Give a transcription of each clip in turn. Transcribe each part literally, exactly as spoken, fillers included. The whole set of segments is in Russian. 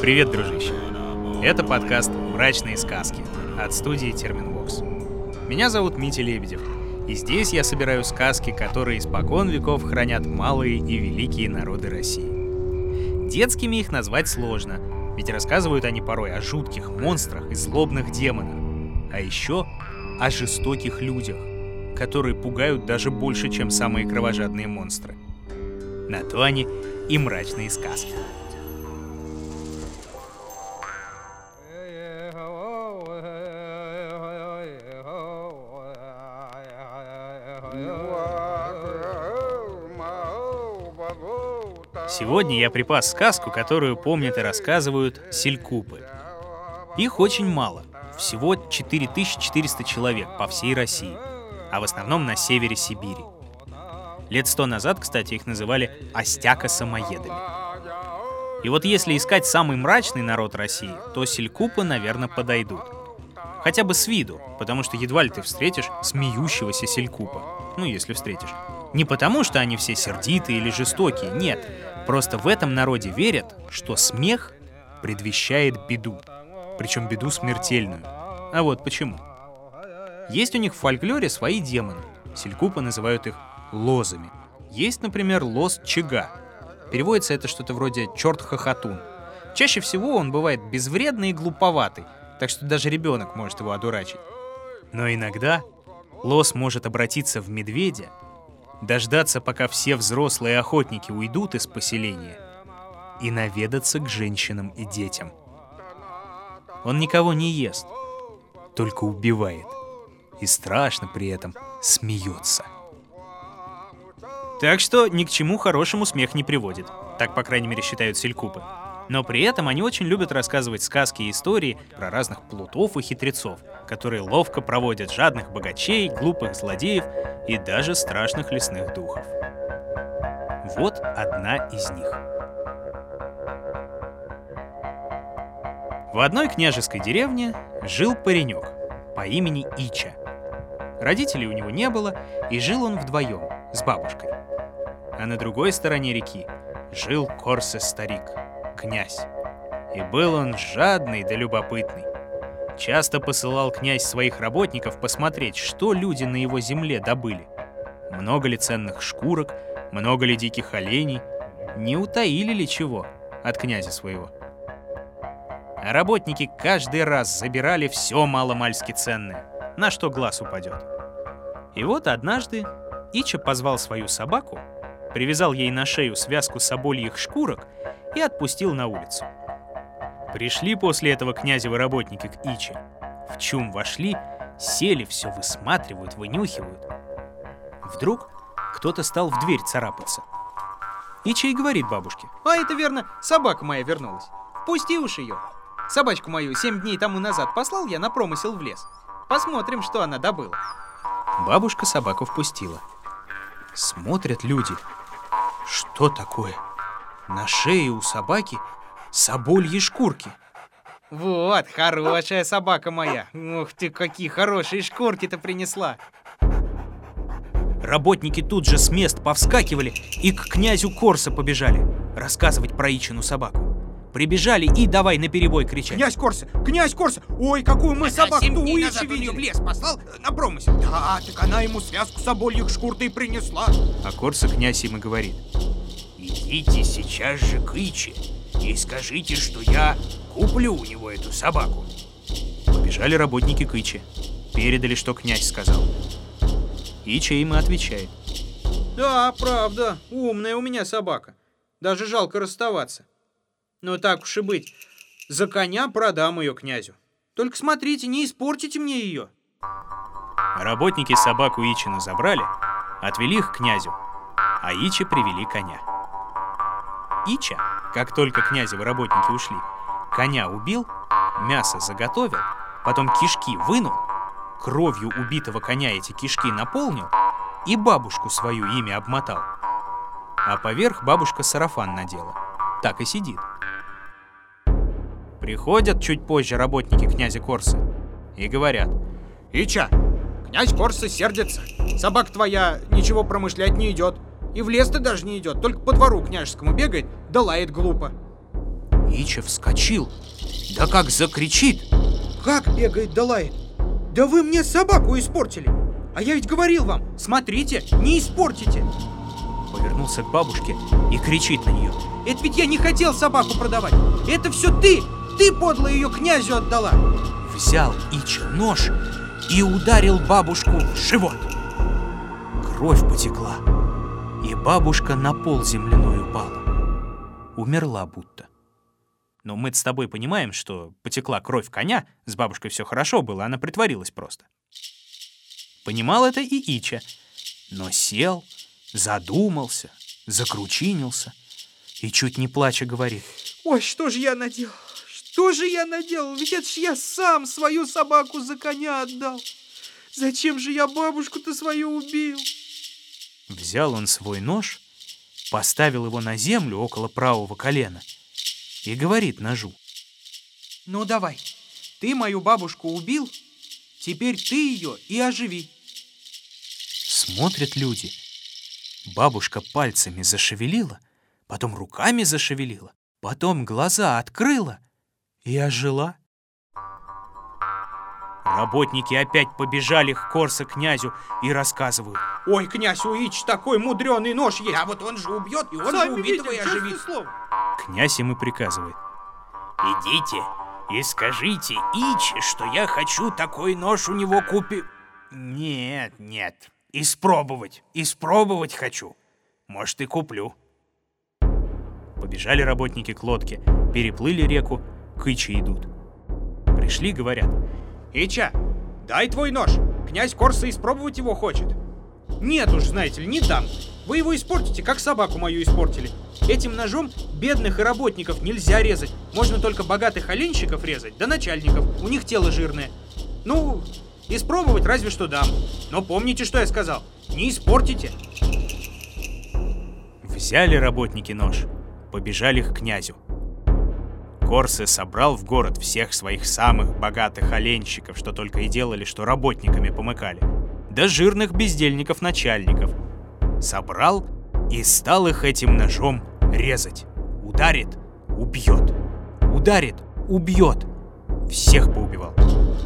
Привет, дружище! Это подкаст «Мрачные сказки» от студии Терминвокс. Меня зовут Митя Лебедев, и здесь я собираю сказки, которые испокон веков хранят малые и великие народы России. Детскими их назвать сложно, ведь рассказывают они порой о жутких монстрах и злобных демонах, а еще о жестоких людях, которые пугают даже больше, чем самые кровожадные монстры. На то они и мрачные сказки. Сегодня я припас сказку, которую помнят и рассказывают селькупы. Их очень мало, всего четыре тысячи четыреста человек по всей России, а в основном на севере Сибири. Лет сто назад, кстати, их называли остяко-самоедами. И вот если искать самый мрачный народ России, то селькупы, наверное, подойдут. Хотя бы с виду, потому что едва ли ты встретишь смеющегося селькупа. Ну, если встретишь. Не потому, что они все сердитые или жестокие, нет. Просто в этом народе верят, что смех предвещает беду. Причем беду смертельную. А вот почему. Есть у них в фольклоре свои демоны. Селькупы называют их лозами. Есть, например, лоз Чига. Переводится это что-то вроде «черт-хохотун». Чаще всего он бывает безвредный и глуповатый, так что даже ребенок может его одурачить. Но иногда лоз может обратиться в медведя, дождаться, пока все взрослые охотники уйдут из поселения, и наведаться к женщинам и детям. Он никого не ест, только убивает, и страшно при этом смеется. Так что ни к чему хорошему смех не приводит, так, по крайней мере, считают селькупы. Но при этом они очень любят рассказывать сказки и истории про разных плутов и хитрецов, которые ловко проводят жадных богачей, глупых злодеев и даже страшных лесных духов. Вот одна из них. В одной княжеской деревне жил паренек по имени Ича. Родителей у него не было, и жил он вдвоем с бабушкой. А на другой стороне реки жил Корсе-старик, князь. И был он жадный да любопытный. Часто посылал князь своих работников посмотреть, что люди на его земле добыли. Много ли ценных шкурок, много ли диких оленей, не утаили ли чего от князя своего. А работники каждый раз забирали все маломальски ценное, на что глаз упадет. И вот однажды Ича позвал свою собаку, привязал ей на шею связку собольих шкурок и отпустил на улицу. Пришли после этого князевы работники к Иче. В чум вошли, сели, все высматривают, вынюхивают. Вдруг кто-то стал в дверь царапаться. Ича и говорит бабушке: «А это верно, собака моя вернулась. Впусти уж ее. Собачку мою семь дней тому назад послал я на промысел в лес. Посмотрим, что она добыла». Бабушка собаку впустила. Смотрят люди. Что такое? На шее у собаки собольи шкурки. Вот, хорошая собака моя. Ух ты, какие хорошие шкурки-то принесла. Работники тут же с мест повскакивали и к князю Корсе побежали рассказывать про Ичину собаку. Прибежали и давай наперебой кричать: «Князь Корсе! Князь Корсе! Ой, какую мы собаку у Ичи видели!» в лес послал на промысел. Да, так она ему связку собольих шкур-то и принесла. А Корсе князь им и говорит: «Идите сейчас же к Иче и скажите, что я куплю у него эту собаку». Побежали работники к Иче, передали, что князь сказал. Ича им и отвечает: «Да, правда, умная у меня собака. Даже жалко расставаться. Но так уж и быть, за коня продам ее князю. Только смотрите, не испортите мне ее». Работники собаку Ичину забрали, отвели их к князю, а Иче привели коня. Ича, как только князевы работники ушли, коня убил, мясо заготовил, потом кишки вынул, кровью убитого коня эти кишки наполнил и бабушку свою ими обмотал. А поверх бабушка сарафан надела. Так и сидит. Приходят чуть позже работники князя Корсе и говорят: «Ича, князь Корсе сердится. Собака твоя ничего промышлять не идет. И в лес-то даже не идет, только по двору княжескому бегает, да лает глупо». Ича вскочил, да как закричит. Как бегает да лает? Да вы мне собаку испортили! А я ведь говорил вам, смотрите, не испортите! Повернулся к бабушке и кричит на нее. Это ведь я не хотел собаку продавать! Это все ты! Ты, подло, ее князю отдала! Взял Ича нож и ударил бабушку в живот. Кровь потекла, и бабушка на пол земляной упала. Умерла будто. Но мы с тобой понимаем, что потекла кровь коня, с бабушкой все хорошо было, она притворилась просто. Понимал это и Ича, но сел, задумался, закручинился и чуть не плача говорит. Ой, что же я наделал? Что же я наделал? Ведь это ж я сам свою собаку за коня отдал. Зачем же я бабушку-то свою убил? Взял он свой нож, поставил его на землю около правого колена и говорит ножу. Ну давай, ты мою бабушку убил, теперь ты ее и оживи. Смотрят люди. Бабушка пальцами зашевелила, потом руками зашевелила, потом глаза открыла и ожила. Работники опять побежали к Корсо князю и рассказывают. Ой, князь у Ич такой мудреный нож есть. А вот он же убьет, и он Сами же убитого и видим, оживит. слово. Князь им и приказывает. Идите и скажите Иче, что я хочу такой нож у него купить. Нет, нет, испробовать, испробовать хочу. Может, и куплю. Побежали работники к лодке, переплыли реку, к Иче идут. Пришли, говорят. Ича, дай твой нож. Князь Корсо испробовать его хочет. Нет уж, знаете ли, не дам. Вы его испортите, как собаку мою испортили. Этим ножом бедных и работников нельзя резать. Можно только богатых оленщиков резать, да начальников. У них тело жирное. Ну, испробовать разве что дам. Но помните, что я сказал. Не испортите. Взяли работники нож, побежали к князю. Корсо собрал в город всех своих самых богатых оленщиков, что только и делали, что работниками помыкали, да жирных бездельников-начальников. Собрал и стал их этим ножом резать. Ударит — убьет. Ударит — убьет. Всех поубивал.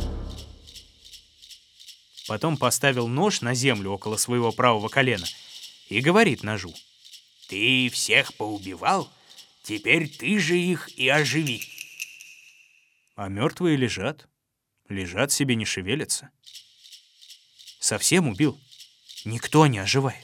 Потом поставил нож на землю около своего правого колена и говорит ножу. Ты всех поубивал? Теперь ты же их и оживи. А мертвые лежат. Лежат себе, не шевелятся. Совсем убил. Никто не оживает.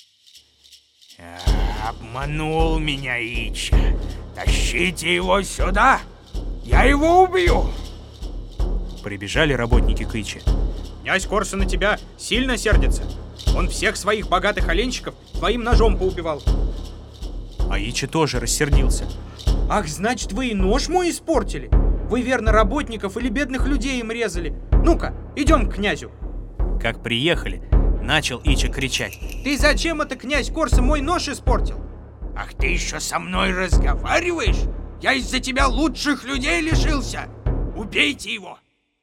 А, обманул меня Ича. Тащите его сюда. Я его убью. Прибежали работники к Иче. Князь Корсо на тебя сильно сердится. Он всех своих богатых оленщиков твоим ножом поубивал. А Ича тоже рассердился. Ах, значит, вы и нож мой испортили? Вы, верно, работников или бедных людей им резали? Ну-ка, идем к князю. Как приехали, начал Ича кричать. Ты зачем это, князь Корсо, мой нож испортил? Ах, ты еще со мной разговариваешь? Я из-за тебя лучших людей лишился. Убейте его.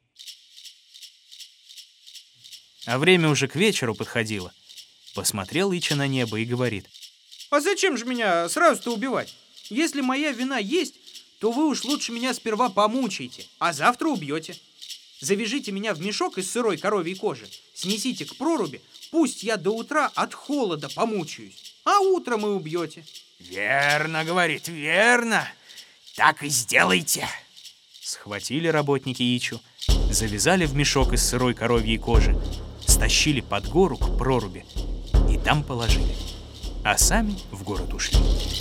А время уже к вечеру подходило. Посмотрел Ича на небо и говорит. А зачем же меня сразу-то убивать? Если моя вина есть, то вы уж лучше меня сперва помучайте, а завтра убьете. Завяжите меня в мешок из сырой коровьей кожи, снесите к проруби, пусть я до утра от холода помучаюсь, а утром и убьете. Верно, говорит, верно. Так и сделайте. Схватили работники Ичу, завязали в мешок из сырой коровьей кожи, стащили под гору к проруби и там положили. А сами в город ушли.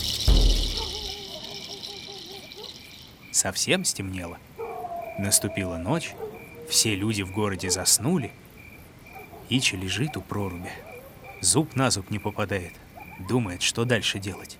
Совсем стемнело. Наступила ночь, все люди в городе заснули. Ича лежит у проруби. Зуб на зуб не попадает. Думает, что дальше делать.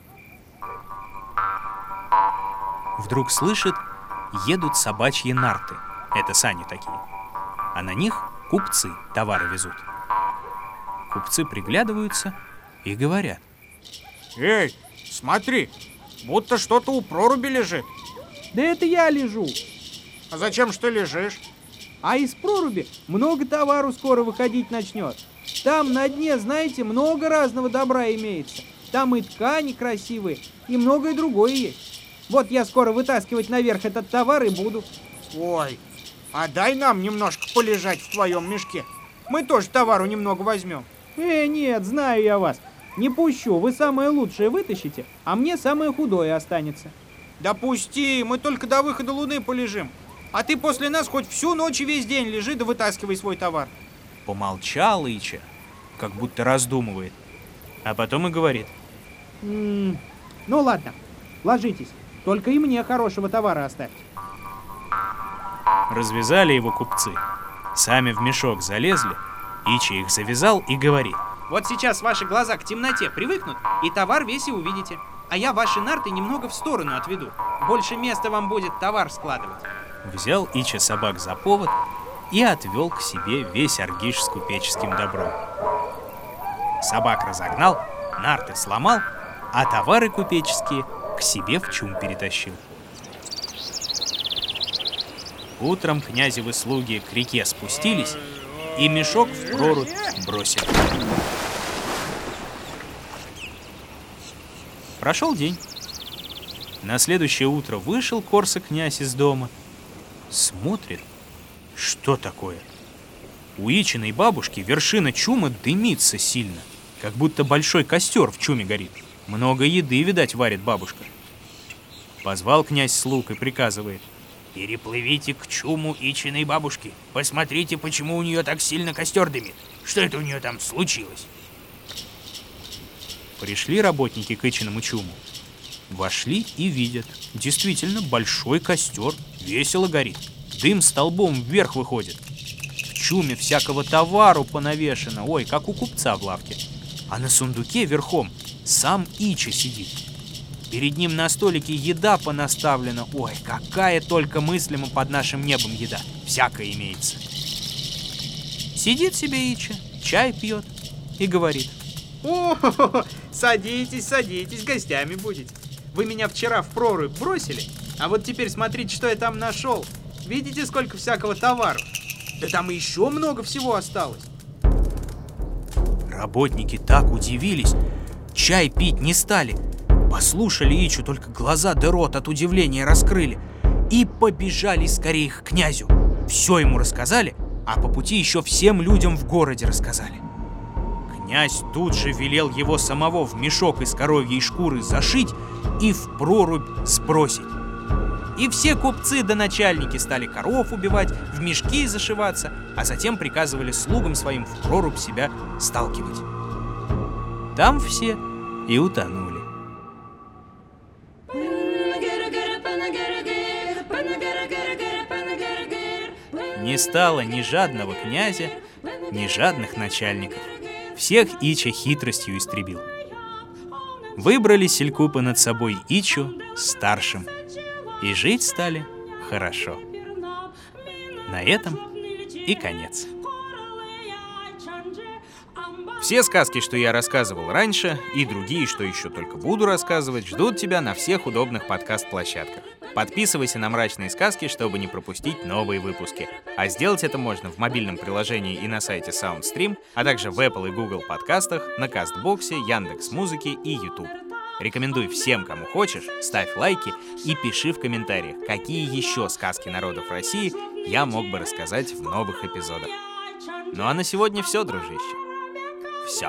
Вдруг слышит, едут собачьи нарты. Это сани такие. А на них купцы товары везут. Купцы приглядываются и говорят. Эй, смотри, будто что-то у проруби лежит. Да это я лежу. А зачем ж ты лежишь? А из проруби много товару скоро выходить начнет. Там на дне, знаете, много разного добра имеется. Там и ткани красивые, и многое другое есть. Вот я скоро вытаскивать наверх этот товар и буду. Ой, а дай нам немножко полежать в твоем мешке. Мы тоже товару немного возьмем. Э, нет, знаю я вас. Не пущу, вы самое лучшее вытащите, а мне самое худое останется. Допусти, мы только до выхода луны полежим. А ты после нас хоть всю ночь и весь день лежи да вытаскивай свой товар. Помолчал Ича, как будто раздумывает, а потом и говорит. М-м, ну ладно, ложитесь, только и мне хорошего товара оставьте. Развязали его купцы, сами в мешок залезли, Ича их завязал и говорит. Вот сейчас ваши глаза к темноте привыкнут, и товар весь и увидите. А я ваши нарты немного в сторону отведу. Больше места вам будет товар складывать. Взял Ича собак за повод и отвел к себе весь аргиш с купеческим добром. Собак разогнал, нарты сломал, а товары купеческие к себе в чум перетащил. Утром князевы слуги к реке спустились и мешок в прорубь бросили. Прошел день. На следующее утро вышел Корса князь из дома. Смотрит, что такое? У Ичиной бабушки вершина чума дымится сильно, как будто большой костер в чуме горит. Много еды, видать, варит бабушка. Позвал князь слуг и приказывает. Переплывите к чуму Ичиной бабушки. Посмотрите, почему у нее так сильно костер дымит. Что это у нее там случилось? Пришли работники к Ичиному чуму. Вошли и видят. Действительно, большой костер, весело горит. Дым столбом вверх выходит. В чуме всякого товару понавешено, ой, как у купца в лавке. А на сундуке верхом сам Ича сидит. Перед ним на столике еда понаставлена. Ой, какая только мыслимо под нашим небом еда. Всякая имеется. Сидит себе Ича, чай пьет и говорит. О, садитесь, садитесь, гостями будете. Вы меня вчера в прорубь бросили, а вот теперь смотрите, что я там нашел. Видите, сколько всякого товара? Да там еще много всего осталось. Работники так удивились, чай пить не стали. Послушали Ичу, только глаза да рот от удивления раскрыли. И побежали скорее к князю. Все ему рассказали, а по пути еще всем людям в городе рассказали. Князь тут же велел его самого в мешок из коровьей шкуры зашить и в прорубь сбросить. И все купцы да начальники стали коров убивать, в мешки зашиваться, а затем приказывали слугам своим в прорубь себя сталкивать. Там все и утонули. Не стало ни жадного князя, ни жадных начальников. Всех Ича хитростью истребил. Выбрали селькупы над собой Ичу старшим. И жить стали хорошо. На этом и конец. Все сказки, что я рассказывал раньше, и другие, что еще только буду рассказывать, ждут тебя на всех удобных подкаст-площадках. Подписывайся на «Мрачные сказки», чтобы не пропустить новые выпуски. А сделать это можно в мобильном приложении и на сайте SoundStream, а также в Apple и Google подкастах, на Кастбоксе, Яндекс.Музыке и YouTube. Рекомендуй всем, кому хочешь, ставь лайки и пиши в комментариях, какие еще сказки народов России я мог бы рассказать в новых эпизодах. Ну а на сегодня все, дружище. Все.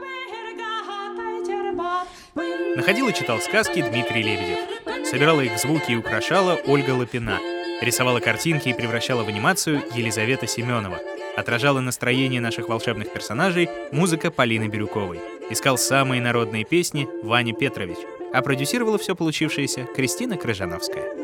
Находил и читал сказки Дмитрий Лебедев. Собирала их в звуки и украшала Ольга Лапина. Рисовала картинки и превращала в анимацию Елизавета Семенова. Отражала настроение наших волшебных персонажей музыка Полины Бирюковой. Искал самые народные песни Ваня Петрович. А продюсировала все получившееся Кристина Крыжановская.